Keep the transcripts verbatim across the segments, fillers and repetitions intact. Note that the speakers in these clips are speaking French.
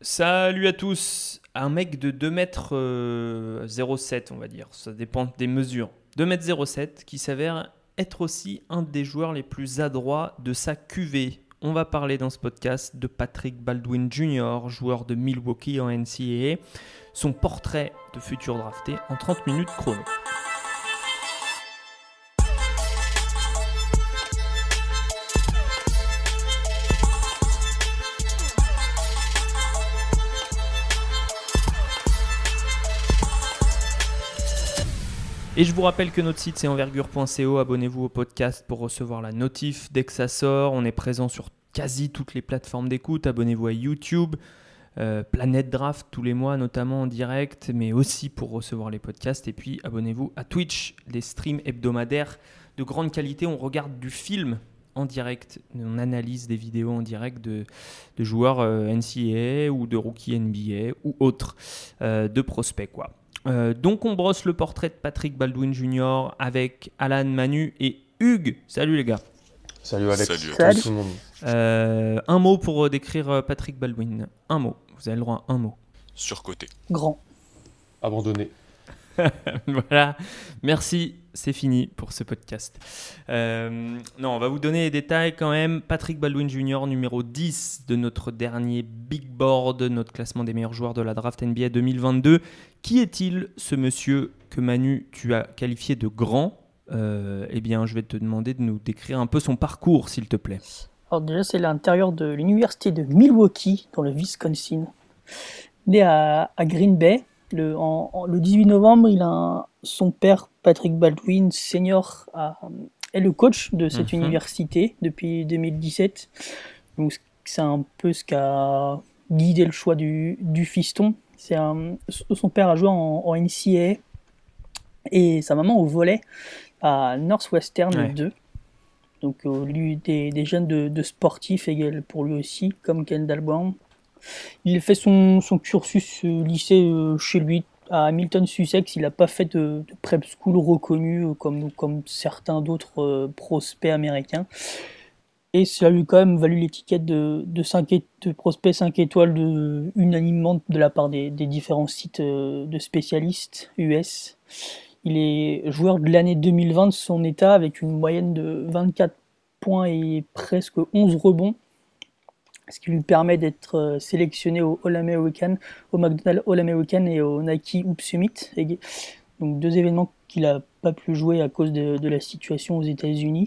Salut à tous. Un mec de deux mètres zéro sept, on va dire, ça dépend des mesures. deux mètres zéro sept qui s'avère être aussi un des joueurs les plus adroits de sa Q V. On va parler dans ce podcast de Patrick Baldwin junior, joueur de Milwaukee en N C A A. Son portrait de futur drafté en trente minutes chrono. Et je vous rappelle que notre site c'est envergure point co, abonnez-vous au podcast pour recevoir la notif dès que ça sort. On est présent sur quasi toutes les plateformes d'écoute, abonnez-vous à YouTube, euh, Planète Draft tous les mois notamment en direct, mais aussi pour recevoir les podcasts. Et puis abonnez-vous à Twitch, les streams hebdomadaires de grande qualité. On regarde du film en direct, on analyse des vidéos en direct de, de joueurs euh, N C A A ou de rookies N B A ou autres, euh, de prospects quoi. Euh, donc on brosse le portrait de Patrick Baldwin junior avec Alan, Manu et Hugues. Salut les gars. Salut Alex. Salut, Salut tout le monde. Euh, un mot pour décrire Patrick Baldwin. Un mot. Vous avez le droit à un mot. Surcoté. Grand. Abandonné. Voilà. Merci. C'est fini pour ce podcast. Euh, non, on va vous donner les détails quand même. Patrick Baldwin junior, numéro dix de notre dernier Big Board, notre classement des meilleurs joueurs de la draft N B A deux mille vingt-deux. Qui est-il, ce monsieur que Manu, tu as qualifié de grand ? euh, Eh bien, je vais te demander de nous décrire un peu son parcours, s'il te plaît. Alors déjà, c'est l'intérieur de l'université de Milwaukee, dans le Wisconsin. Né à, à Green Bay. Le, en, en, le dix-huit novembre, il a un, son père, Patrick Baldwin senior, a, est le coach de cette mm-hmm. université depuis deux mille dix-sept. Donc, c'est un peu ce qui a guidé le choix du, du fiston. C'est un, son père a joué en, en N C A A et sa maman au volley à Northwestern ouais. deux. Donc, euh, lui, des, des jeunes de, de sportifs égales pour lui aussi, comme Kendall Brown. Il a fait son, son cursus euh, lycée euh, chez lui à Hamilton, Sussex. Il n'a pas fait de, de prep school reconnu euh, comme, comme certains d'autres euh, prospects américains. Et ça lui a quand même valu l'étiquette de, de, cinq, de prospect cinq étoiles de, unanimement de la part des, des différents sites euh, de spécialistes U S. Il est joueur de l'année deux mille vingt de son état avec une moyenne de vingt-quatre points et presque onze rebonds. Ce qui lui permet d'être sélectionné au All-American, au McDonald's All-American et au Nike Hoop Summit. Donc deux événements qu'il n'a pas pu jouer à cause de, de la situation aux États-Unis.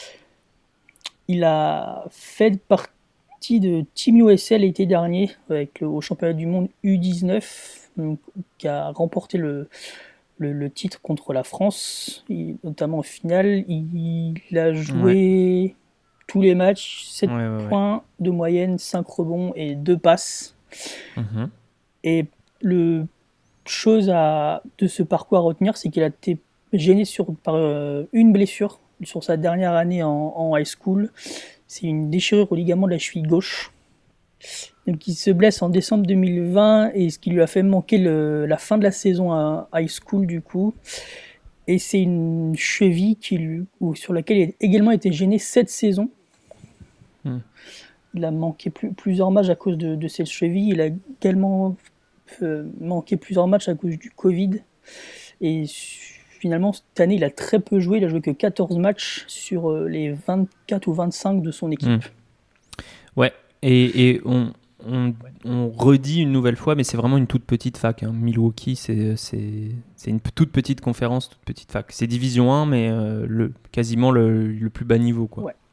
Il a fait partie de Team U S A l'été dernier avec le, au championnat du monde U dix-neuf, donc, qui a remporté le, le, le titre contre la France, il, notamment en finale. Il, il a joué... Ouais. Tous les matchs, sept ouais, ouais, points ouais. de moyenne, cinq rebonds et deux passes. Mmh. Et le chose à, de ce parcours à retenir, c'est qu'il a été gêné sur, par euh, une blessure sur sa dernière année en, en high school. C'est une déchirure au ligament de la cheville gauche. Donc, il se blesse en décembre deux mille vingt et ce qui lui a fait manquer le, la fin de la saison à high school du coup. Et c'est une cheville qui lui, ou sur laquelle il a également été gêné cette saison. Mm. Il a manqué plus, plusieurs matchs à cause de, de cette cheville. Il a également euh, manqué plusieurs matchs à cause du Covid. Et finalement, cette année, il a très peu joué. Il a joué que quatorze matchs sur euh, les vingt-quatre ou vingt-cinq de son équipe. Mm. Ouais, et, et on... On, on redit une nouvelle fois, mais c'est vraiment une toute petite fac. Hein. Milwaukee, c'est, c'est, c'est une toute petite conférence, toute petite fac. C'est division un, mais euh, le, quasiment le, le plus bas niveau. Quoi. Ouais.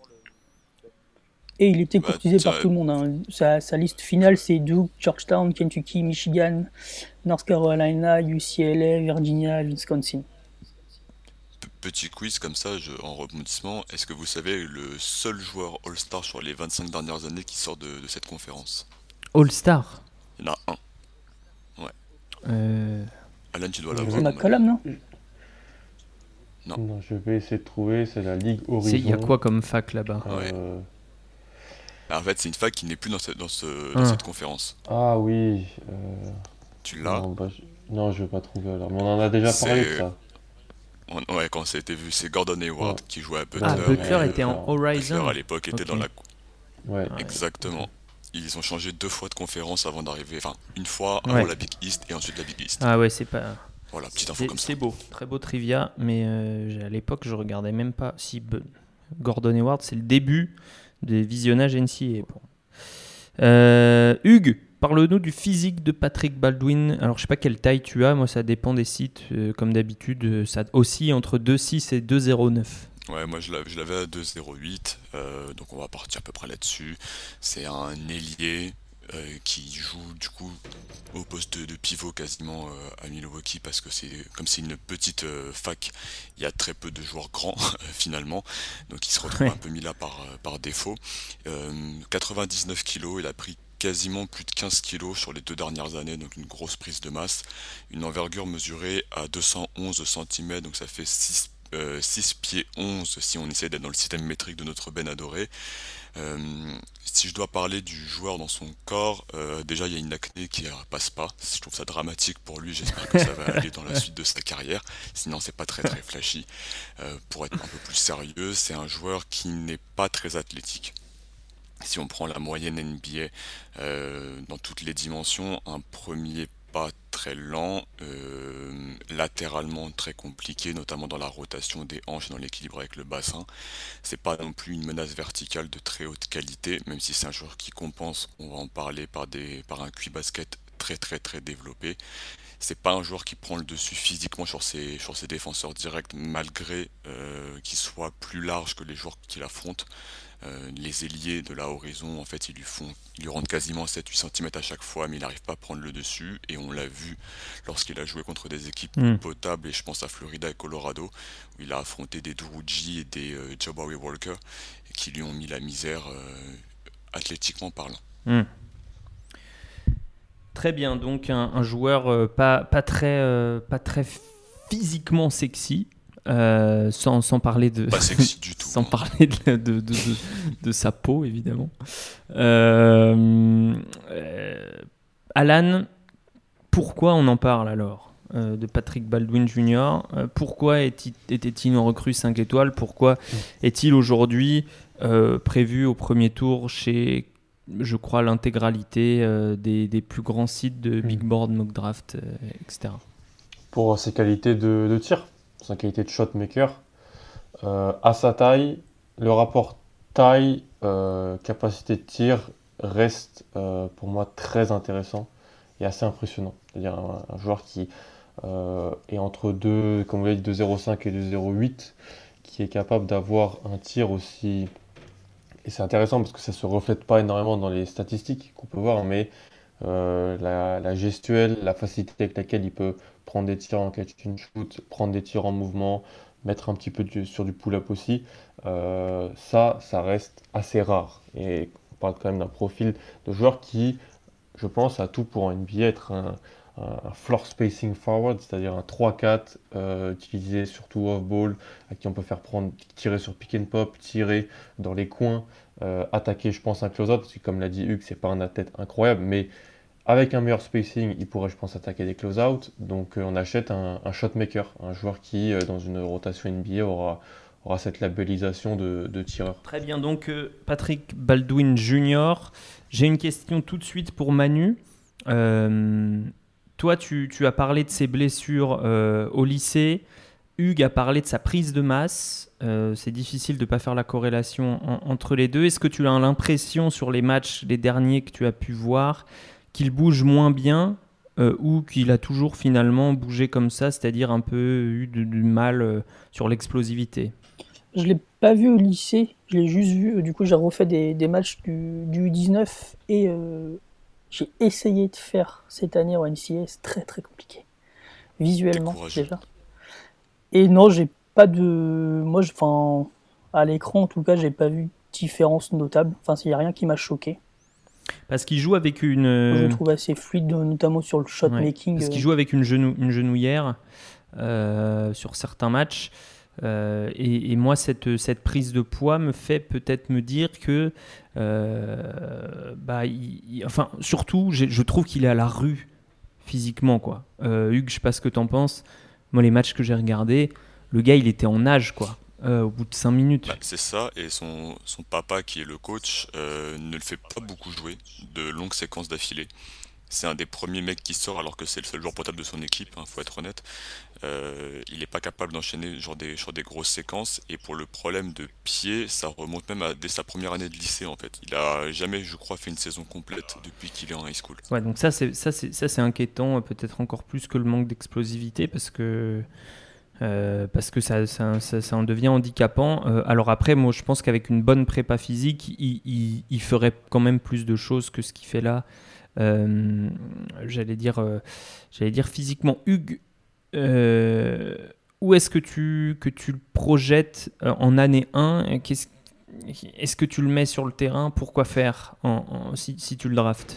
Et il était courtisé bah, par tout le monde. Hein. Sa, sa liste finale, c'est Duke, Georgetown, Kentucky, Michigan, North Carolina, U C L A, Virginia, Wisconsin. Petit quiz comme ça, je, en rebondissement, est-ce que vous savez le seul joueur All-Star sur les vingt-cinq dernières années qui sort de, de cette conférence ? All-Star ? Il y en a un. Ouais. Euh... Alan, tu dois l'avoir. C'est McCollum, non ? Non. Non, je vais essayer de trouver, c'est la Ligue Horizon. Il y a quoi comme fac là-bas ? Ouais. euh... En fait, c'est une fac qui n'est plus dans, ce, dans, ce, ah. dans cette conférence. Ah oui. Euh... Tu l'as ? Non, bah, je... non, je vais pas trouver alors. Mais on en a déjà c'est... parlé de ça. Ouais, quand ça a été vu, c'est Gordon Hayward ouais. qui jouait à Butler. Ah, Butler et, était en Horizon. Butler à l'époque était okay. dans la. Ouais. Exactement. ils ont changé deux fois de conférence avant d'arriver. Enfin, une fois avant Ouais. la Big East et ensuite la Big East. Ah ouais, c'est pas. Voilà, petite info C'est, comme ça. c'est beau, très beau trivia, mais euh, j'ai- à l'époque, je regardais même pas. Si be- Gordon Hayward, c'est le début des visionnages N C A A. Bon. Euh, Hugues, parle-nous du physique de Patrick Baldwin. Alors, je sais pas quelle taille tu as, moi, ça dépend des sites. euh, comme d'habitude, euh, ça oscille entre deux virgule six et deux virgule zéro neuf. Ouais, moi je l'avais, je l'avais à deux virgule zéro huit, euh, donc on va partir à peu près là-dessus. C'est un ailier euh, qui joue du coup au poste de, de pivot quasiment euh, à Milwaukee parce que c'est comme c'est une petite euh, fac, il y a très peu de joueurs grands finalement, donc il se retrouve Ouais. un peu mis là par, euh, par défaut. Euh, quatre-vingt-dix-neuf kilos, il a pris quasiment plus de quinze kilos sur les deux dernières années, donc une grosse prise de masse. Une envergure mesurée à deux cent onze centimètres, donc ça fait six Euh, six pieds onze si on essaie d'être dans le système métrique de notre Ben adoré. Euh, si je dois parler du joueur dans son corps, euh, déjà il y a une acné qui ne passe pas. Je trouve ça dramatique pour lui, j'espère que ça va aller dans la suite de sa carrière. Sinon c'est pas très très flashy. Euh, pour être un peu plus sérieux, c'est un joueur qui n'est pas très athlétique. Si on prend la moyenne N B A euh, dans toutes les dimensions, un premier pas très lent, euh, latéralement très compliqué, notamment dans la rotation des hanches et dans l'équilibre avec le bassin. C'est pas non plus une menace verticale de très haute qualité, même si c'est un joueur qui compense, on va en parler par, des, par un Q basket très très très développé. C'est pas un joueur qui prend le dessus physiquement sur ses, sur ses défenseurs directs, malgré euh, qu'il soit plus large que les joueurs qu'il affronte. Euh, les ailiers de la horizon, en fait, ils lui font, ils lui rendent quasiment sept huit centimètres à chaque fois, mais il n'arrive pas à prendre le dessus. Et on l'a vu lorsqu'il a joué contre des équipes Mm. potables, et je pense à Florida et Colorado, où il a affronté des Drugi et des euh, Jabari Walker, qui lui ont mis la misère euh, athlétiquement parlant. Mm. Très bien, donc un, un joueur euh, pas, pas, très, euh, pas très physiquement sexy, euh, sans, sans parler de, Pas sexy du tout. sans hein. parler de, de, de, de, de sa peau, évidemment. Euh, euh, Alan, pourquoi on en parle alors euh, de Patrick Baldwin junior Euh, Pourquoi est-il, était-il en recrue cinq étoiles Pourquoi est-il aujourd'hui euh, prévu au premier tour chez, je crois, l'intégralité euh, des, des plus grands sites de Big Board, Mock Draft, euh, et cetera. Pour ses qualités de, de tir, sa qualité de shot maker, euh, à sa taille, le rapport taille, euh, capacité de tir reste euh, pour moi très intéressant et assez impressionnant. C'est-à-dire un, un joueur qui euh, est entre deux, comme vous l'avez dit, deux virgule zéro cinq et deux virgule zéro huit, qui est capable d'avoir un tir aussi. Et c'est intéressant parce que ça ne se reflète pas énormément dans les statistiques qu'on peut voir, mais euh, la, la gestuelle, la facilité avec laquelle il peut prendre des tirs en catch and shoot, prendre des tirs en mouvement, mettre un petit peu de- sur du pull-up aussi, euh, ça, ça reste assez rare. Et on parle quand même d'un profil de joueur qui, je pense, a tout pour en N B A être un, un- un floor spacing forward, c'est-à-dire un trois quatre euh, utilisé surtout off-ball, à qui on peut faire prendre, tirer sur pick and pop, tirer dans les coins, euh, attaquer, je pense, un close-out, parce que comme l'a dit Hugues, c'est pas un athlète incroyable, mais avec un meilleur spacing, il pourrait, je pense, attaquer des close-out. Donc euh, on achète un, un shot maker, un joueur qui, euh, dans une rotation N B A, aura, aura cette labellisation de, de tireur. Très bien, donc euh, Patrick Baldwin junior J'ai une question tout de suite pour Manu. Euh, toi, tu, tu as parlé de ses blessures euh, au lycée. Hugues a parlé de sa prise de masse. Euh, c'est difficile de ne pas faire la corrélation en- entre les deux. Est-ce que tu as l'impression sur les matchs, les derniers que tu as pu voir, qu'il bouge moins bien euh, ou qu'il a toujours finalement bougé comme ça, c'est-à-dire un peu eu de- du mal euh, sur l'explosivité? Je l'ai pas vu au lycée, je l'ai juste vu. euh, Du coup, j'ai refait des, des matchs du, du U dix-neuf et euh, j'ai essayé de faire cette année en N C A A. C'est très très compliqué, visuellement T'es courageux. déjà. Et non, j'ai pas de. Moi, je- enfin, à l'écran en tout cas, j'ai pas vu de différence notable. Enfin, il y a rien qui m'a choqué. Parce qu'il joue avec une... Moi, je euh, le trouve assez fluide, notamment sur le shot Ouais, making. parce qu'il euh, joue avec une, genou, une genouillère euh, sur certains matchs. Euh, et, et moi, cette, cette prise de poids me fait peut-être me dire que, euh, bah, il- il- enfin, surtout, j'ai- je trouve qu'il est à la rue physiquement, quoi. Euh, Hugues, je sais pas ce que t'en penses. Moi, les matchs que j'ai regardés, le gars, il était en nage, quoi. euh, au bout de cinq minutes. Bah, c'est ça, et son, son papa, qui est le coach, euh, ne le fait pas beaucoup jouer de longues séquences d'affilée. C'est un des premiers mecs qui sort alors que c'est le seul joueur potable de son équipe, hein, faut être honnête. Euh, il n'est pas capable d'enchaîner genre des, sur des grosses séquences, et pour le problème de pied, ça remonte même à dès sa première année de lycée en fait. Il a jamais, je crois, fait une saison complète depuis qu'il est en high school. Ouais, donc ça c'est ça c'est ça c'est inquiétant, euh, peut-être encore plus que le manque d'explosivité parce que euh, parce que ça, ça, ça, ça en devient handicapant. Euh, alors après, moi je pense qu'avec une bonne prépa physique, il, il, il ferait quand même plus de choses que ce qu'il fait là. Euh, j'allais dire, euh, j'allais dire physiquement, Hugues. Euh, où est-ce que tu, que tu le projettes euh, en année un? Qu'est-ce, Est-ce que tu le mets sur le terrain? Pourquoi faire en, en- si, si tu le draftes?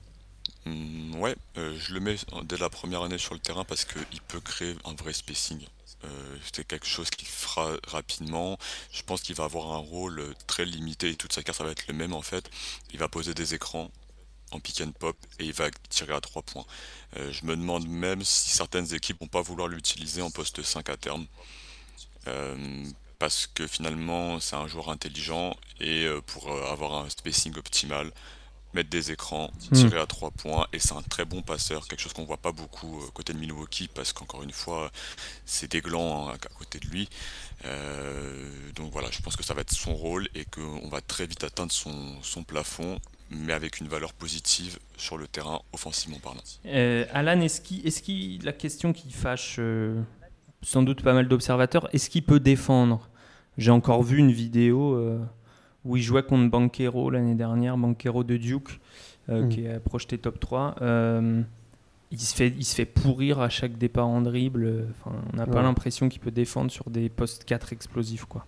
Hum, ouais, euh, je le mets en- dès la première année sur le terrain parce qu'il peut créer un vrai spacing. Euh, c'est quelque chose qu'il fera rapidement. Je pense qu'il va avoir un rôle euh, très limité et toute sa carte ça va être le même en fait. Il va poser des écrans en pick and pop et il va tirer à trois points. Euh, je me demande même si certaines équipes vont pas vouloir l'utiliser en poste cinq à terme. Euh, Parce que finalement c'est un joueur intelligent et euh, pour euh, avoir un spacing optimal, mettre des écrans, Hmm. tirer à trois points, et c'est un très bon passeur, quelque chose qu'on voit pas beaucoup euh, côté de Milwaukee, parce qu'encore une fois, c'est des glands hein, à côté de lui. Euh, donc voilà, je pense que ça va être son rôle et qu'on va très vite atteindre son, son plafond, mais avec une valeur positive sur le terrain, offensivement parlant. Euh, Alan, est-ce qu'il, est-ce qu'il, la question qui fâche euh, sans doute pas mal d'observateurs, est-ce qu'il peut défendre? J'ai encore vu une vidéo euh, où il jouait contre Banchero l'année dernière, Banchero de Duke, euh, Mm. qui est projeté top trois. Euh, il, se fait, il se fait pourrir à chaque départ en dribble. Enfin, on n'a pas Ouais. l'impression qu'il peut défendre sur des postes quatre explosifs, quoi.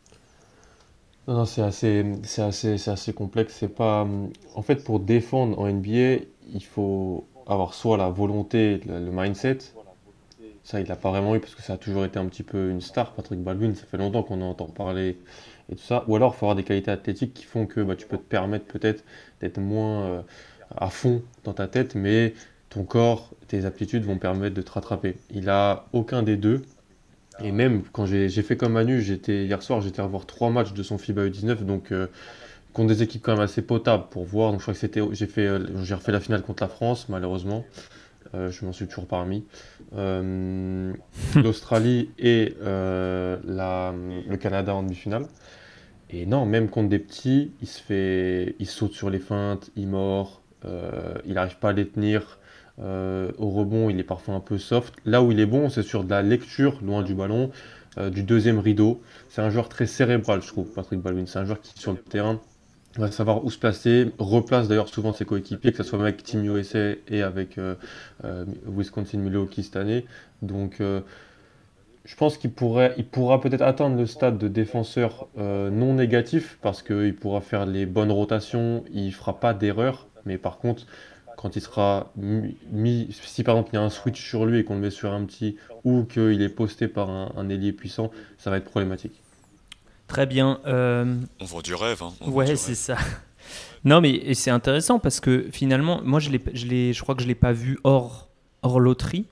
Non, non, c'est assez, c'est assez, c'est assez complexe. C'est pas, hum, en fait, pour défendre en N B A, il faut avoir soit la volonté, le, le mindset. Ça, il l'a pas vraiment eu parce que ça a toujours été un petit peu une star, Patrick Baldwin. Ça fait longtemps qu'on en entend parler et tout ça. Ou alors, il faut avoir des qualités athlétiques qui font que bah, tu peux te permettre peut-être d'être moins euh, à fond dans ta tête, mais ton corps, tes aptitudes vont permettre de te rattraper. Il a aucun des deux. Et même quand j'ai j'ai fait comme Manu, j'étais hier soir, j'étais revoir trois matchs de son FIBA U dix-neuf, donc euh, contre des équipes quand même assez potables pour voir. Donc je crois que c'était, j'ai fait, euh, j'ai refait la finale contre la France, malheureusement. Euh, je m'en suis toujours parmi. Euh, L'Australie et euh, la- le Canada en demi-finale. Et non, même contre des petits, il se fait, il saute sur les feintes, il mord, euh, il n'arrive pas à les tenir. Euh, au rebond, il est parfois un peu soft. Là où il est bon, c'est sur de la lecture, loin du ballon, euh, du deuxième rideau. C'est un joueur très cérébral, je trouve, Patrick Baldwin. C'est un joueur qui, sur le terrain, va savoir où se placer, replace d'ailleurs souvent ses coéquipiers, que ce soit avec Team U S A et avec euh, euh, Wisconsin Milwaukee cette année. Donc, euh, je pense qu'il pourrait, il pourra peut-être atteindre le stade de défenseur euh, non négatif parce qu'il pourra faire les bonnes rotations, il fera pas d'erreur. Mais par contre, quand il sera mis, mis- si par exemple il y a un switch sur lui et qu'on le met sur un petit ou qu'il est posté par un, un ailier puissant, ça va être problématique. Très bien. Euh, On vend du rêve, hein, on vend du ouais, c'est rêve. ça. Non, mais et c'est intéressant parce que finalement, moi, je, l'ai, je, l'ai, je crois que je ne l'ai pas vu hors, hors loterie.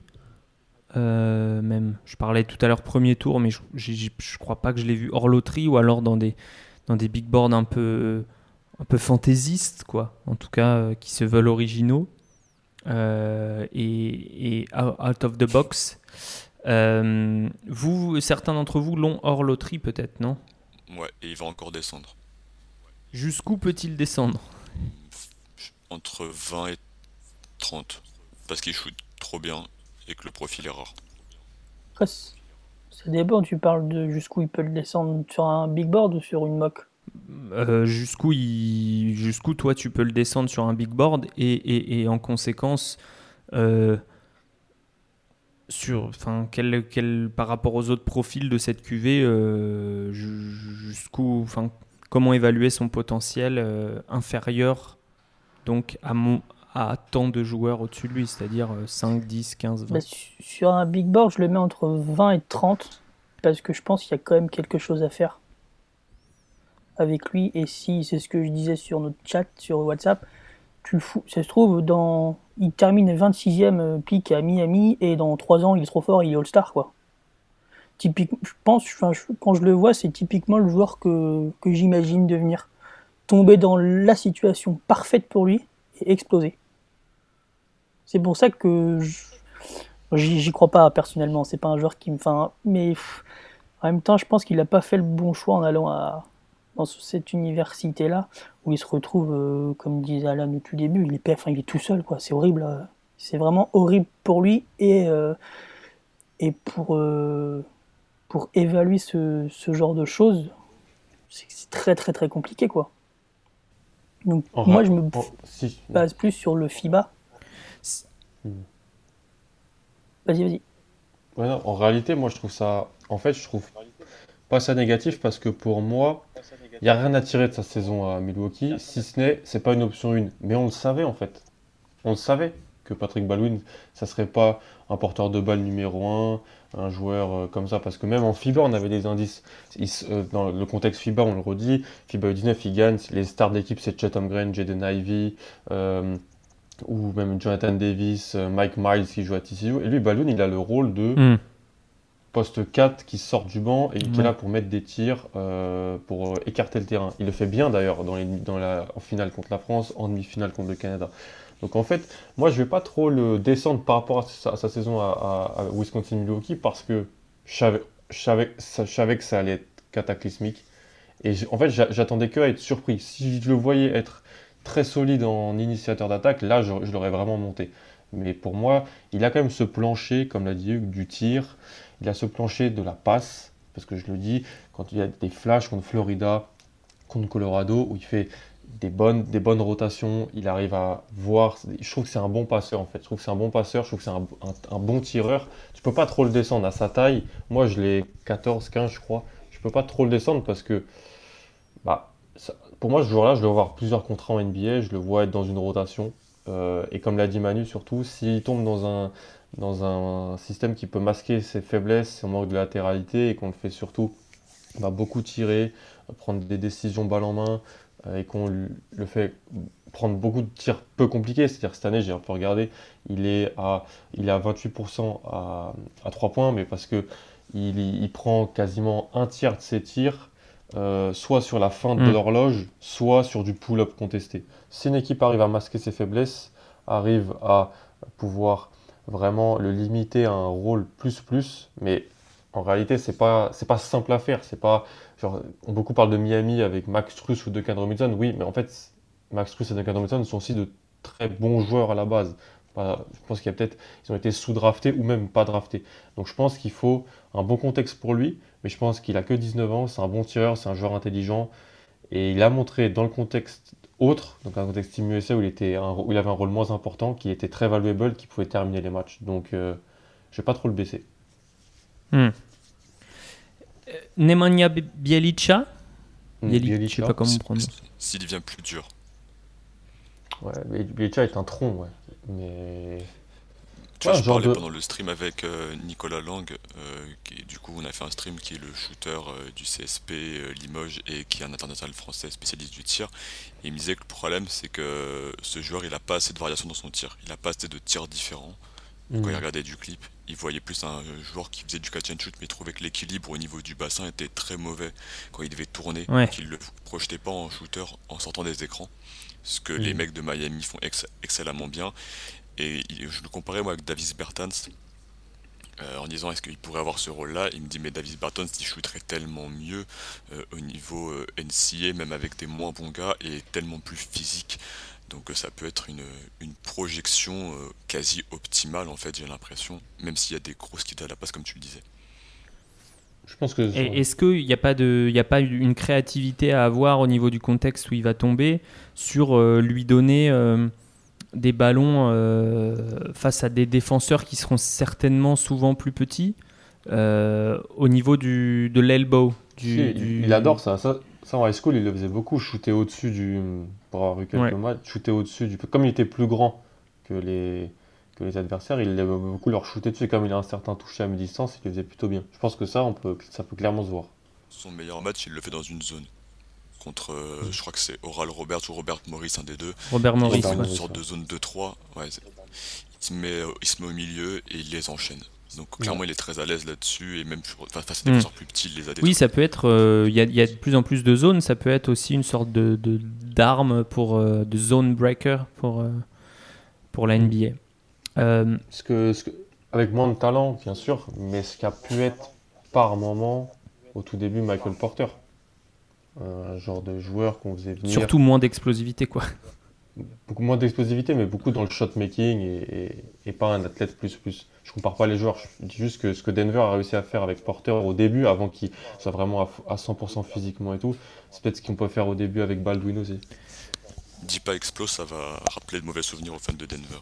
Euh, même, je parlais tout à l'heure premier tour, mais je, j'ai- j'ai- je crois pas que je l'ai vu hors loterie ou alors dans des, dans des big boards un peu, un peu fantaisistes, quoi. En tout cas, euh, qui se veulent originaux euh, et, et out out of the box. Euh, vous, certains d'entre vous l'ont hors loterie peut-être, non? Ouais, et il va encore descendre. Jusqu'où peut-il descendre? Entre vingt et trente. Parce qu'il shoot trop bien et que le profil est rare. Après, c- ça dépend, tu parles de jusqu'où il peut le descendre sur un big board ou sur une mock. Euh, jusqu'où, il, jusqu'où toi tu peux le descendre sur un big board et, et, et en conséquence euh, sur, enfin, quel, quel, par rapport aux autres profils de cette Q V, euh, ju- jusqu'où, enfin, comment évaluer son potentiel euh, inférieur donc à, mon, à tant de joueurs au-dessus de lui, c'est-à-dire euh, cinq, dix, quinze, Bah, vingt. su- sur un big board, je le mets entre vingt et trente parce que je pense qu'il y a quand même quelque chose à faire avec lui. Et si, c'est ce que je disais sur notre chat sur WhatsApp, tu le fous, ça se trouve, dans... il termine vingt-sixième pick à Miami et dans trois ans, il est trop fort, il est All-Star, quoi. typique, je pense, enfin, je- quand je le vois, c'est typiquement le joueur que, que j'imagine devenir. Tomber dans la situation parfaite pour lui et exploser. C'est pour ça que je- j'y, j'y crois pas personnellement. C'est pas un joueur qui me. Enfin, mais pff, en même temps, je pense qu'il a pas fait le bon choix en allant à, dans ce- cette université-là où il se retrouve, euh, comme disait Alan au tout début, il est, pas- enfin, il est tout seul, quoi. C'est horrible. euh. C'est vraiment horrible pour lui et, euh, et pour, euh, pour évaluer ce, ce genre de choses, c'est c'est très très très compliqué, quoi. Donc En moi, ra- je me en- si, base plus sur le FIBA. C'est- Hmm. Vas-y, vas-y. Ouais, non, en réalité, moi, je trouve ça. En fait, je trouve pas ça négatif parce que pour moi, il n'y a rien à tirer de sa saison à Milwaukee, si ce n'est, c'est pas une option une. Mais on le savait en fait. On le savait que Patrick Baldwin, ça serait pas un porteur de balle numéro un, un joueur euh, comme ça. Parce que même en FIBA, on avait des indices. Il s- euh, dans le contexte FIBA, on le redit, FIBA U dix-neuf, il gagne. Les stars d'équipe, c'est Chet Holmgren, Jaden Ivey, euh, ou même Jonathan Davis, euh, Mike Miles qui joue à T C U. Et lui, Baldwin, il a le rôle de Hmm, poste quatre qui sort du banc et qui est ouais. là pour mettre des tirs, euh, pour euh, écarter le terrain. Il le fait bien d'ailleurs dans les- dans la, en finale contre la France, en demi-finale contre le Canada. Donc en fait, moi je vais pas trop le descendre par rapport à sa, à sa saison à, à- à Wisconsin-Milwaukee parce que je savais, je savais, ça- je savais que ça allait être cataclysmique. Et j'- en fait, j'a- j'attendais que à être surpris. Si je le voyais être très solide en initiateur d'attaque, là je, je l'aurais vraiment monté. Mais pour moi, il a quand même ce plancher, comme l'a dit Hugues, du tir. Il a ce plancher de la passe, parce que je le dis, quand il y a des flashs contre Florida, contre Colorado, où il fait des bonnes, des bonnes rotations, il arrive à voir. Je trouve que c'est un bon passeur en fait. Je trouve que c'est un bon passeur, je trouve que c'est un, un- un bon tireur. Tu peux pas trop le descendre à sa taille. Moi, je l'ai quatorze, quinze, je crois. Je peux pas trop le descendre parce que, bah, ça- pour moi, ce joueur-là, je le vois avoir plusieurs contrats en N B A. Je le vois être dans une rotation. Euh, et comme l'a dit Manu, surtout, s'il tombe dans un, dans un système qui peut masquer ses faiblesses, son manque de latéralité, et qu'on le fait surtout bah, beaucoup tirer, euh, prendre des décisions balle en main, euh, et qu'on l- le fait prendre beaucoup de tirs peu compliqués. C'est-à-dire cette année, j'ai un peu regardé, il est à, il est à vingt-huit pour cent à, à trois points, mais parce que il, il prend quasiment un tiers de ses tirs, euh, soit sur la fin de Hmm. l'horloge, soit sur du pull-up contesté. Si une équipe arrive à masquer ses faiblesses, arrive à pouvoir vraiment le limiter à un rôle plus plus, mais en réalité, c'est pas, c'est pas simple à faire. C'est pas, genre, on beaucoup parle de Miami avec Max Strus ou Duncan Robinson. Oui, mais en fait, Max Strus et Duncan Robinson sont aussi de très bons joueurs à la base. Pas- je pense qu'il y a peut-être, ils ont été sous-draftés ou même pas draftés. Donc je pense qu'il faut un bon contexte pour lui, mais je pense qu'il a que dix-neuf ans, c'est un bon tireur, c'est un joueur intelligent, et il a montré dans le contexte autre, donc un contexte Team U S A où il était un- où il avait un rôle moins important, qu'il était très valuable, qu'il pouvait terminer les matchs. Donc euh, je vais pas trop le baisser. Hmm. Nemanja Bi- Bjelica, Hmm, Bjelica, je sais Bjelica. pas comment on prononce. S'il devient plus dur. Ouais, mais Bjelica est un tronc, ouais. Mais. Tu Ouais, vois, un je genre parlais de. pendant le stream avec euh, Nicolas Lang, euh, qui, du coup, on a fait un stream qui est le shooter euh, du C S P euh, Limoges et qui est un international français spécialiste du tir. Et il me disait que le problème, c'est que ce joueur, il a pas assez de variation dans son tir. Il a pas assez de tirs différents. Quand il Hmm. regardait du clip, il voyait plus un joueur qui faisait du catch and shoot, mais il trouvait que l'équilibre au niveau du bassin était très mauvais quand il devait tourner, Ouais. qu'il le projetait pas en shooter en sortant des écrans. Ce que les Hmm. mecs de Miami font ex- excellemment bien. Et il- je le comparais moi avec Davis Bertans, euh, en disant est-ce qu'il pourrait avoir ce rôle-là. Il me dit mais Davis Bertans il shooterait tellement mieux euh, au niveau euh, N C A, même avec des moins bons gars, et tellement plus physique. Donc euh, ça peut être une, une projection euh, quasi optimale en fait, j'ai l'impression, même s'il y a des grosses qui à la passe comme tu le disais. Je pense que. Et est-ce qu'il n'y a pas de, il y a pas une créativité à avoir au niveau du contexte où il va tomber sur euh, lui donner euh, des ballons euh, face à des défenseurs qui seront certainement souvent plus petits euh, au niveau du, de l'elbow. Du, Si, il, du- il adore ça. ça. Ça, en high school, il le faisait beaucoup, shooter au-dessus du. Pour avoir vu quelques Ouais. matchs, shooter au-dessus du. Comme il était plus grand que les, que les adversaires, il aimait beaucoup leur shooter dessus. Et comme il a un certain toucher à mi-distance, il le faisait plutôt bien. Je pense que ça, on peut, ça peut clairement se voir. Son meilleur match, il le fait dans une zone. Contre, euh, je crois que c'est Oral Roberts ou Robert Morris, un des deux. Robert Morris. Ils font Robert une Ouais. Morris, sorte ouais. de zone deux trois. Ouais, c'est- il, se met, euh, il se met au milieu et il les enchaîne. Donc clairement, Ouais. il est très à l'aise là-dessus, et même sur- enfin, face à des Mm. défenseurs plus petits, il les a Oui, détruits. ça peut être. euh, Il y, a, il y a de plus en plus de zones. Ça peut être aussi une sorte de, de- d'arme pour euh, de zone breaker pour euh, pour la Mm. N B A. Euh, Ce que, ce que- Avec moins de talent, bien sûr, mais ce qu'a pu être par moment, au tout début, Michael Porter. Un genre de joueur qu'on faisait venir, surtout moins d'explosivité, quoi. beaucoup moins d'explosivité, mais beaucoup dans le shot making et, et- et pas un athlète plus plus. Je compare pas les joueurs, je dis juste que ce que Denver a réussi à faire avec Porter au début, avant qu'il soit vraiment à, f- à cent pour cent physiquement et tout, c'est peut-être ce qu'on peut faire au début avec Baldwin aussi. Dis pas explose, ça va rappeler de mauvais souvenirs aux fans de Denver.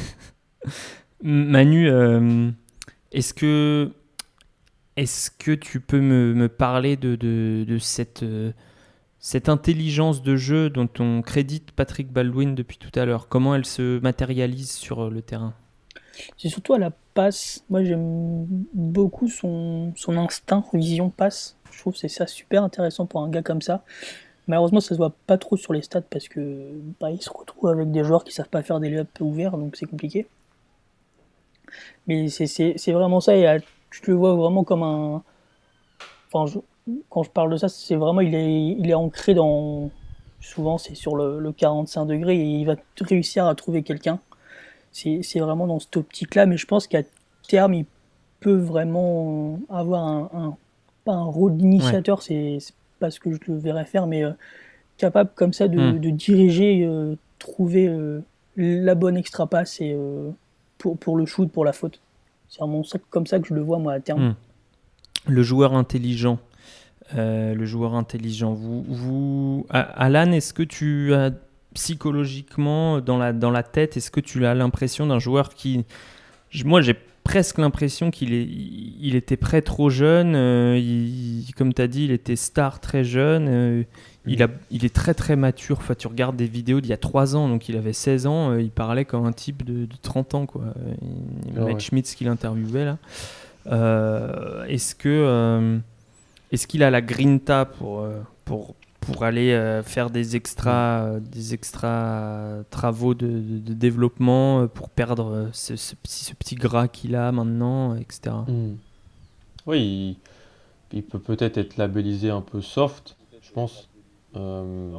Manu, euh, est-ce que est-ce que tu peux me, me parler de, de, de cette euh, cette intelligence de jeu dont on crédite Patrick Baldwin depuis tout à l'heure? Comment elle se matérialise sur euh, le terrain? C'est surtout à la passe. Moi, j'aime beaucoup son, son instinct, vision passe. Je trouve que c'est ça super intéressant pour un gars comme ça. Malheureusement, ça se voit pas trop sur les stats parce que bah, il se retrouve avec des joueurs qui savent pas faire des layups ouverts, donc c'est compliqué. Mais c'est, c'est, c'est vraiment ça. Et à- tu le vois vraiment comme un. Enfin, je- quand je parle de ça, c'est vraiment il est, il est ancré dans. Souvent, c'est sur le, le quarante-cinq degrés et il va réussir à trouver quelqu'un. C'est, c'est vraiment dans cette optique-là, mais je pense qu'à terme, il peut vraiment avoir un, un- pas un rôle Ouais. d'initiateur, c'est, c'est pas ce que je le verrais faire, mais euh, capable comme ça Hmm. de, de diriger, euh, trouver euh, la bonne extra passe et, euh, pour, pour le shoot, pour la faute. C'est vraiment ça, comme ça que je le vois moi à terme. Hmm. Le joueur intelligent. Euh, le joueur intelligent. Vous, vous, A- Alan, est-ce que tu as psychologiquement dans la, dans la tête, est-ce que tu as l'impression d'un joueur qui, j- moi j'ai presque l'impression qu'il est, il il était prêt trop jeune, euh, il- comme tu as dit, il était star très jeune, euh, il, a, il est très très mature. Enfin, tu regardes des vidéos d'il y a trois ans, donc il avait seize ans, euh, il parlait comme un type de, de trente ans, quoi. Il- Ah Matt ouais. Schmitz qui l'interviewait là. Euh, est-ce que euh, est-ce qu'il a la grinta pour, euh, pour, pour aller euh, faire des extra, euh, des extra travaux de, de- de développement euh, pour perdre euh, ce, ce petit, ce petit gras qu'il a maintenant, et cetera. Hmm. Oui, il, il peut peut-être être labellisé un peu soft, je pense. Euh,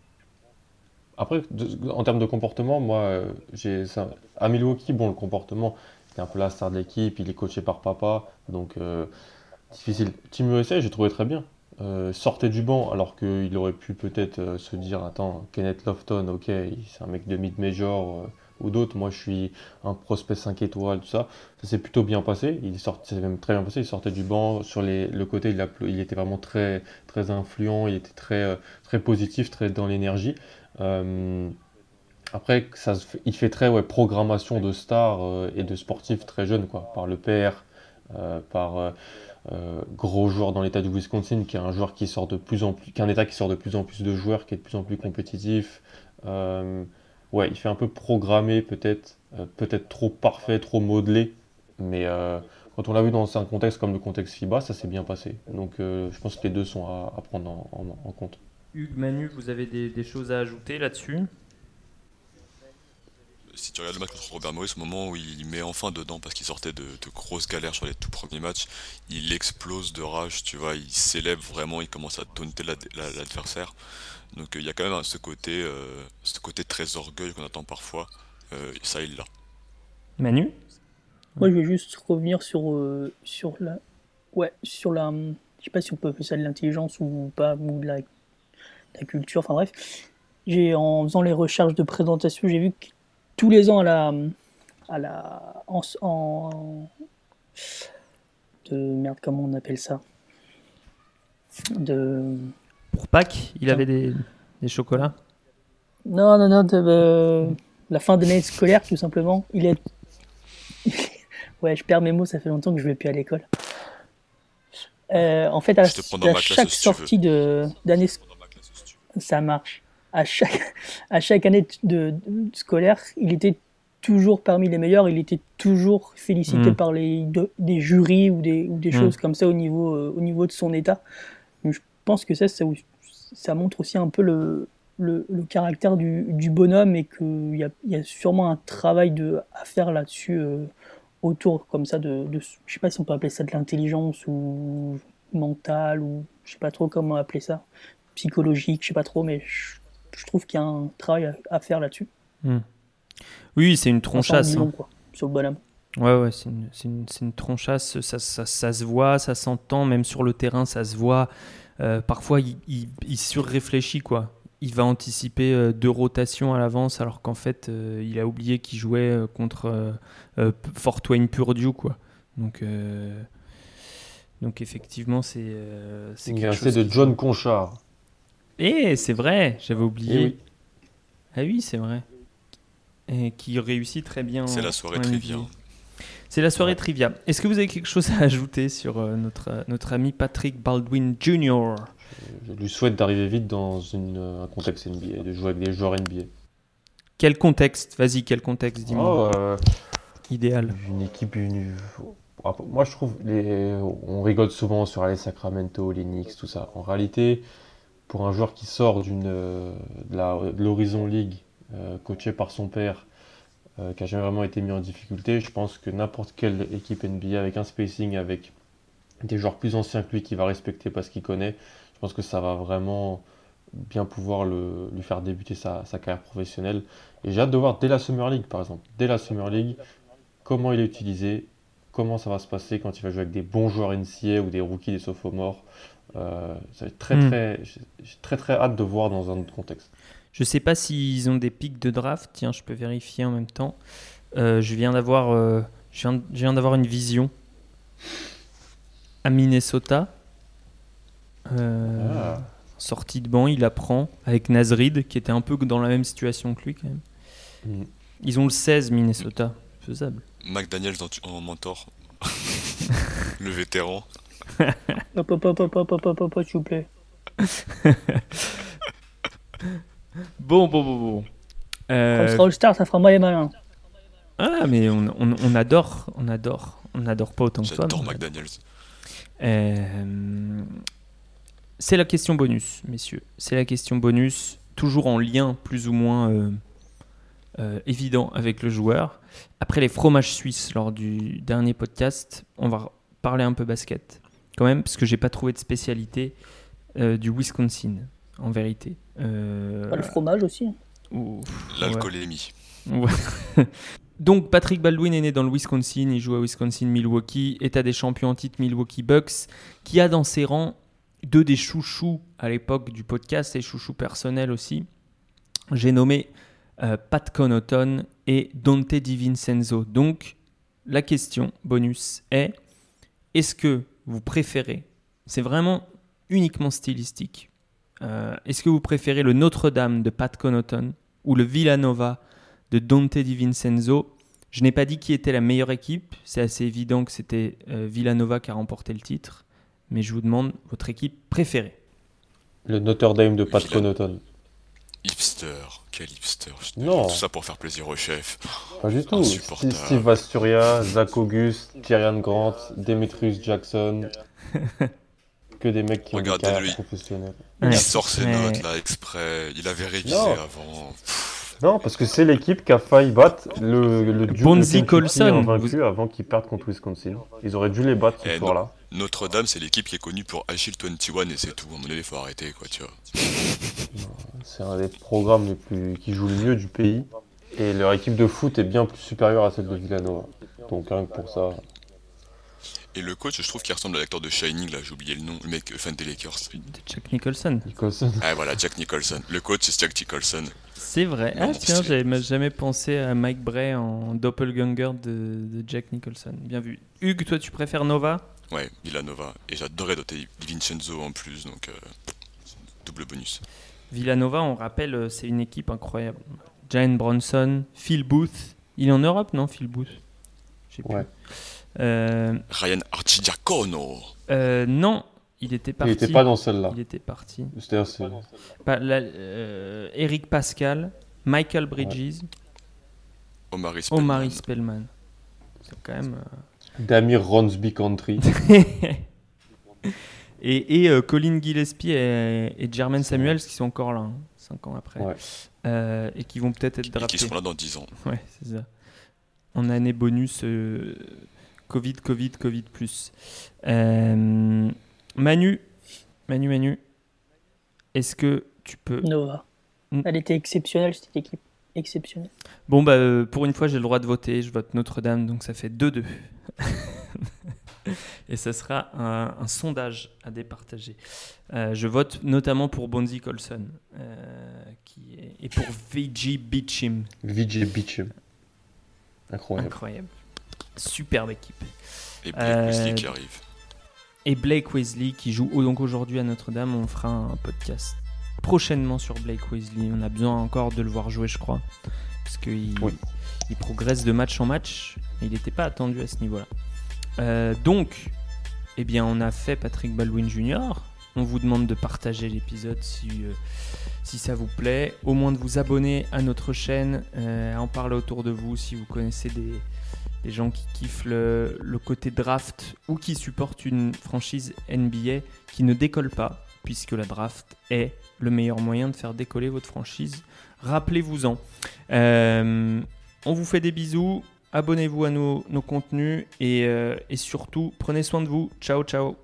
Après, de- en termes de comportement, moi, euh, j'ai ça- à Milwaukee, bon, le comportement, c'est un peu la star de l'équipe, il est coaché par papa, donc euh, difficile. Team U S A, j'ai trouvé très bien. Euh, sortait du banc, alors qu'il aurait pu peut-être euh, se dire, attends, Kenneth Lofton, ok, il- c'est un mec de mid-major, euh, ou d'autres, moi je suis un prospect cinq étoiles, tout ça. Ça s'est plutôt bien passé, il sort, ça s'est même très bien passé, il sortait du banc, sur les, le côté, il, a- il était vraiment très, très influent, il était très, euh, très positif, très dans l'énergie. Euh, Après, ça, se fait- il fait très ouais, programmation de stars euh, et de sportifs très jeunes, quoi, par le père, euh, par euh, euh, gros joueur dans l'état du Wisconsin, qui est un joueur qui sort de plus en plus, qui est un état qui sort de plus en plus de joueurs, qui est de plus en plus compétitif. Euh, ouais, il fait un peu programmé, peut-être, euh, peut-être trop parfait, trop modelé, mais euh, quand on l'a vu dans un contexte comme le contexte FIBA, ça s'est bien passé. Donc, euh, je pense que les deux sont à, à prendre en, en- en compte. Hugues, Manu, vous avez des, des choses à ajouter là-dessus? Si tu regardes le match contre Robert Morris, au moment où il met enfin dedans, parce qu'il sortait de, de grosses galères sur les tout premiers matchs, il explose de rage, tu vois, il s'élève vraiment, il commence à taunter l'ad- la- l'adversaire. Donc euh, il y a quand même hein, ce côté, euh, ce côté très orgueil qu'on attend parfois. Euh, ça, il l'a. Manu? Moi, je vais juste revenir sur, euh, sur la. Ouais, sur la. Je sais pas si on peut appeler ça de l'intelligence ou pas, ou de la, de la culture, enfin bref. J'ai, en faisant les recherches de présentation, j'ai vu que tous les ans à la. À la en, en- de merde, comment on appelle ça? De. Pour Pâques, il avait des, des chocolats. Non, non, non, de, euh, la fin de l'année scolaire, tout simplement. Il est. Ouais, je perds mes mots, ça fait longtemps que je vais plus à l'école. Euh, en fait, à, Je te prends dans à ma classe chaque si tu veux. sortie de, d'année ça marche. À chaque, à chaque année de, de- scolaire, il était toujours parmi les meilleurs, il était toujours félicité Mm. par les, de- des jurys ou des, ou des Mm. choses comme ça au niveau, euh, au niveau de son état. Donc, je pense que ça, ça, ça montre aussi un peu le, le, le caractère du, du bonhomme et qu'il y a, il y a sûrement un travail de, à faire là-dessus euh, autour comme ça de, de, je sais pas si on peut appeler ça de l'intelligence ou mentale ou je sais pas trop comment appeler ça, psychologique, je sais pas trop, mais je, je trouve qu'il y a un travail à, à faire là-dessus. Mm. Oui, c'est une tronchasse. Long, hein. quoi, sur le bonhomme. Ouais, ouais, c'est une, c'est une, c'est une tronchasse, ça, ça, ça se voit, ça s'entend, même sur le terrain, ça se voit. Euh, parfois, il, il, il surréfléchit, quoi. Il va anticiper euh, deux rotations à l'avance, alors qu'en fait, euh, il a oublié qu'il jouait euh, contre euh, euh, Fort Wayne Purdue, quoi. Donc, euh, donc effectivement, c'est, euh, c'est Il y quelque a chose de qui- John Conchard. Eh, c'est vrai, j'avais oublié. Eh oui. Ah oui, c'est vrai. Et qui réussit très bien. C'est en- la soirée en trivia. N B A. C'est la soirée Ouais. trivia. Est-ce que vous avez quelque chose à ajouter sur euh, notre, euh, notre ami Patrick Baldwin junior? Je lui souhaite d'arriver vite dans une, un contexte N B A, de jouer avec des joueurs N B A. Quel contexte? Vas-y, quel contexte, dis-moi. Oh, euh, Idéal. une équipe, une... Moi, je trouve, les... on rigole souvent sur les Sacramento, les Knicks, tout ça. En réalité, pour un joueur qui sort d'une, euh, de, la, de l'Horizon League, euh, coaché par son père, euh, qui n'a jamais vraiment été mis en difficulté, je pense que n'importe quelle équipe N B A avec un spacing, avec des joueurs plus anciens que lui qui va respecter parce qu'il connaît, je pense que ça va vraiment bien pouvoir le, lui faire débuter sa, sa carrière professionnelle. Et j'ai hâte de voir dès la Summer League, par exemple. Dès la Summer League, comment il est utilisé, comment ça va se passer quand il va jouer avec des bons joueurs N C A A ou des rookies, des sophomores. Euh, ça va être très, Mm. très, j'ai j'ai très très hâte de voir dans un autre contexte. Je sais pas s'ils ont des pics de draft. Tiens, je peux vérifier en même temps. Euh, je viens d'avoir, euh, je viens, je viens d'avoir une vision à Minnesota. Euh, Ah. Sortie de banc, il apprend avec Nasrid, qui était un peu dans la même situation que lui quand même. Mm. Ils ont le seize Minnesota. Faisable. McDaniels en, en mentor. Le vétéran. Hop, hop, hop, hop, hop, hop, hop, hop, s'il vous plaît. Bon, bon, bon, bon. Quand Euh, on sera All-Star, ça fera moyen malin. Ah, mais on, on- on adore, on adore, on adore pas autant que toi. J'adore mais- McDaniels. Euh, C'est la question bonus, messieurs. C'est la question bonus, toujours en lien plus ou moins euh, euh, évident avec le joueur. Après les fromages suisses lors du dernier podcast, on va parler un peu basket quand même, parce que j'ai pas trouvé de spécialité euh, du Wisconsin, en vérité. Euh, Pas le fromage aussi. ouf, L'alcoolémie. ouais. Donc Patrick Baldwin est né dans le Wisconsin, il joue à Wisconsin-Milwaukee, état des champions en titre Milwaukee Bucks, qui a dans ses rangs deux des chouchous à l'époque du podcast, et chouchous personnels aussi. J'ai nommé euh, Pat Connaughton et Dante DiVincenzo. Donc la question bonus est, est-ce que vous préférez, c'est vraiment uniquement stylistique, euh, est-ce que vous préférez le Notre-Dame de Pat Connaughton ou le Villanova de Dante DiVincenzo? Je n'ai pas dit qui était la meilleure équipe, c'est assez évident que c'était euh, Villanova qui a remporté le titre, mais je vous demande votre équipe préférée. Le Notre Dame de Pat Villan- Connaughton. Hipster. Quel hipster. Je- Non. Tout ça pour faire plaisir au chef. Pas du tout. Insupportable. Steve Steve Vasturia, Zach Auguste, Tyrion Grant, Demetrius Jackson. Que des mecs qui ont une Regardez-lui. carrière professionnelle. Ouais. Il sort ses Mais- notes là exprès. Il avait révisé Non. avant. Non, parce que c'est l'équipe qui a failli battre le, le duo Bonzi de Kentucky Colson. invaincu Vous- avant qu'ils perdent contre Wisconsin. Ils auraient dû les battre ce Eh, soir-là. Notre-Dame, c'est l'équipe qui est connue pour Achille vingt et un et c'est tout. À mon avis, il faut arrêter quoi, tu vois. C'est un des programmes les plus qui joue le mieux du pays. Et leur équipe de foot est bien plus supérieure à celle de Villanova. Donc rien que pour ça. Et le coach, je trouve qu'il ressemble à l'acteur de Shining, là, j'ai oublié le nom, le mec euh, fan des Lakers. De Jack Nicholson. Nicholson. Ah voilà, Jack Nicholson. Le coach, c'est Jack Nicholson. C'est vrai. Ah Non, tiens, c'est- j'avais jamais pensé à Mike Bray en doppelganger de, de Jack Nicholson. Bien vu. Hugues, toi tu préfères Nova? Ouais, Villanova. Et j'adorais Dante DiVincenzo en plus, donc euh, double bonus. Villanova, on rappelle, euh, c'est une équipe incroyable. Jalen Bronson, Phil Booth. Il est en Europe, non, Phil Booth? Je sais plus. Ouais. Euh, Ryan Archidiacono. euh, non, il était Il parti. n'était pas dans celle-là. Il était parti. C'est-à-dire, c'est- Pas, la- euh, Eric Pascal, Michael Bridges, Omari Spellman. Omari Spellman. C'est quand même. Damir Ronsby Country. euh, et et euh, Colin Gillespie et, et Jermaine Samuels qui sont encore là, hein, cinq ans après. Ouais. Euh, et qui vont peut-être être Et qui draftés. seront là dans dix ans. Ouais, c'est ça. en année bonus euh, Covid, Covid, Covid plus. Euh, Manu, Manu, Manu, est-ce que tu peux... Nova. Mm. Elle était exceptionnelle, cette équipe. Exceptionnelle. Bon, bah, euh, pour une fois, j'ai le droit de voter. Je vote Notre-Dame, donc ça fait deux deux. Et ça sera un, un sondage à départager. Euh, je vote notamment pour Bonzi Colson euh, qui est, et pour Vijay Beachim. Vijay Beachim. Incroyable. Incroyable. Superbe équipe. Et Blake Euh, Wesley qui arrive. Et Blake Wesley qui joue donc aujourd'hui à Notre-Dame. On fera un podcast prochainement sur Blake Wesley. On a besoin encore de le voir jouer, je crois. Parce qu'il Oui. il progresse de match en match. Et il n'était pas attendu à ce niveau-là. Euh, donc, eh bien, on a fait Patrick Baldwin junior On vous demande de partager l'épisode si, euh, si ça vous plaît. Au moins de vous abonner à notre chaîne, euh, à en parler autour de vous si vous connaissez des, des gens qui kiffent le, le côté draft ou qui supportent une franchise N B A qui ne décolle pas, puisque la draft est le meilleur moyen de faire décoller votre franchise. Rappelez-vous-en. Euh, on vous fait des bisous. Abonnez-vous à nos, nos contenus et, euh, et surtout, prenez soin de vous. Ciao, ciao.